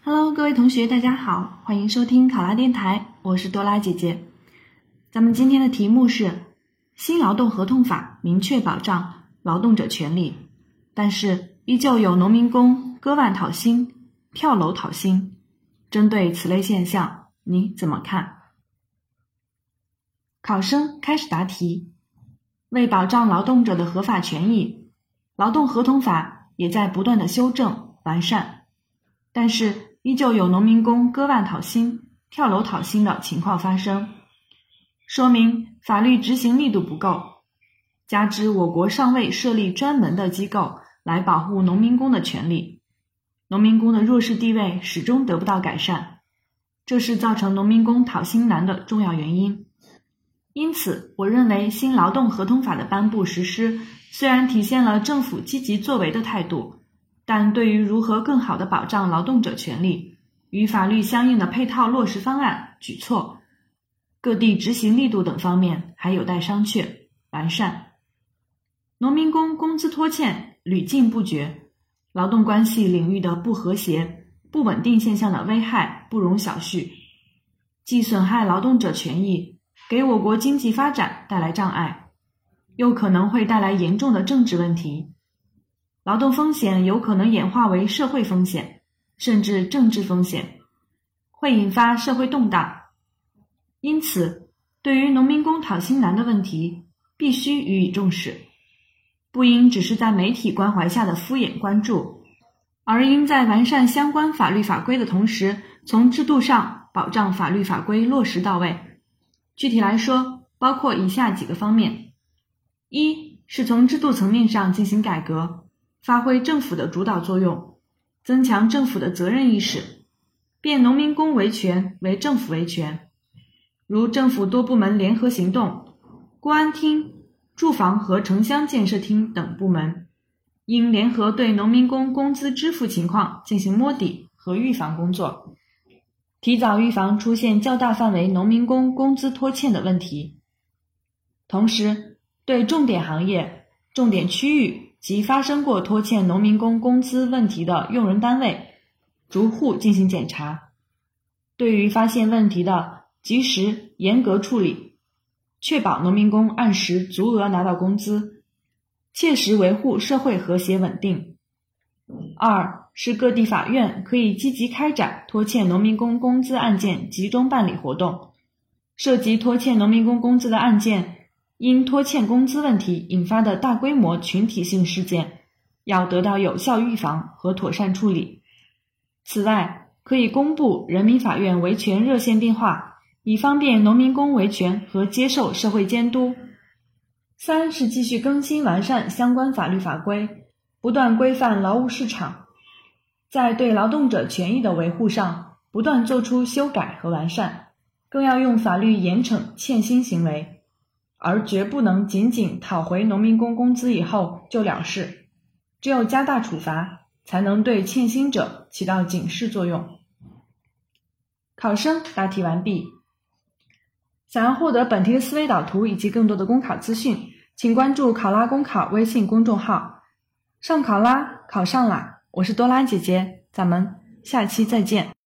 Hello， 各位同学，大家好，欢迎收听考拉电台，我是多拉姐姐。咱们今天的题目是：新劳动合同法明确保障劳动者权利，但是依旧有农民工割腕讨薪、跳楼讨薪。针对此类现象，你怎么看？考生开始答题。为保障劳动者的合法权益，劳动合同法也在不断的修正完善，但是依旧有农民工割腕讨薪、跳楼讨薪的情况发生，说明法律执行力度不够，加之我国尚未设立专门的机构来保护农民工的权利，农民工的弱势地位始终得不到改善，这是造成农民工讨薪难的重要原因。因此，我认为新劳动合同法的颁布实施虽然体现了政府积极作为的态度，但对于如何更好地保障劳动者权利与法律相应的配套落实方案、举措、各地执行力度等方面还有待商榷、完善。农民工工资拖欠屡禁不绝，劳动关系领域的不和谐、不稳定现象的危害不容小觑，既损害劳动者权益，给我国经济发展带来障碍，又可能会带来严重的政治问题。劳动风险有可能演化为社会风险，甚至政治风险，会引发社会动荡。因此，对于农民工讨薪难的问题，必须予以重视，不应只是在媒体关怀下的敷衍关注，而应在完善相关法律法规的同时，从制度上保障法律法规落实到位。具体来说，包括以下几个方面：一是从制度层面上进行改革，发挥政府的主导作用，增强政府的责任意识，变农民工维权为政府维权，如政府多部门联合行动，公安厅、住房和城乡建设厅等部门应联合对农民工工资支付情况进行摸底和预防工作，提早预防出现较大范围农民工工资拖欠的问题。同时，对重点行业、重点区域及发生过拖欠农民工工资问题的用人单位，逐户进行检查，对于发现问题的及时严格处理，确保农民工按时足额拿到工资，切实维护社会和谐稳定。二是各地法院可以积极开展拖欠农民工工资案件集中办理活动，涉及拖欠农民工工资的案件，因拖欠工资问题引发的大规模群体性事件，要得到有效预防和妥善处理。此外，可以公布人民法院维权热线电话，以方便农民工维权和接受社会监督。三是继续更新完善相关法律法规，不断规范劳务市场，在对劳动者权益的维护上不断做出修改和完善，更要用法律严惩欠薪行为，而绝不能仅仅讨回农民工工资以后就了事，只有加大处罚，才能对欠薪者起到警示作用。考生答题完毕。想要获得本题的思维导图以及更多的公考资讯，请关注考拉公考微信公众号。上考拉，考上啦！我是多拉姐姐，咱们下期再见。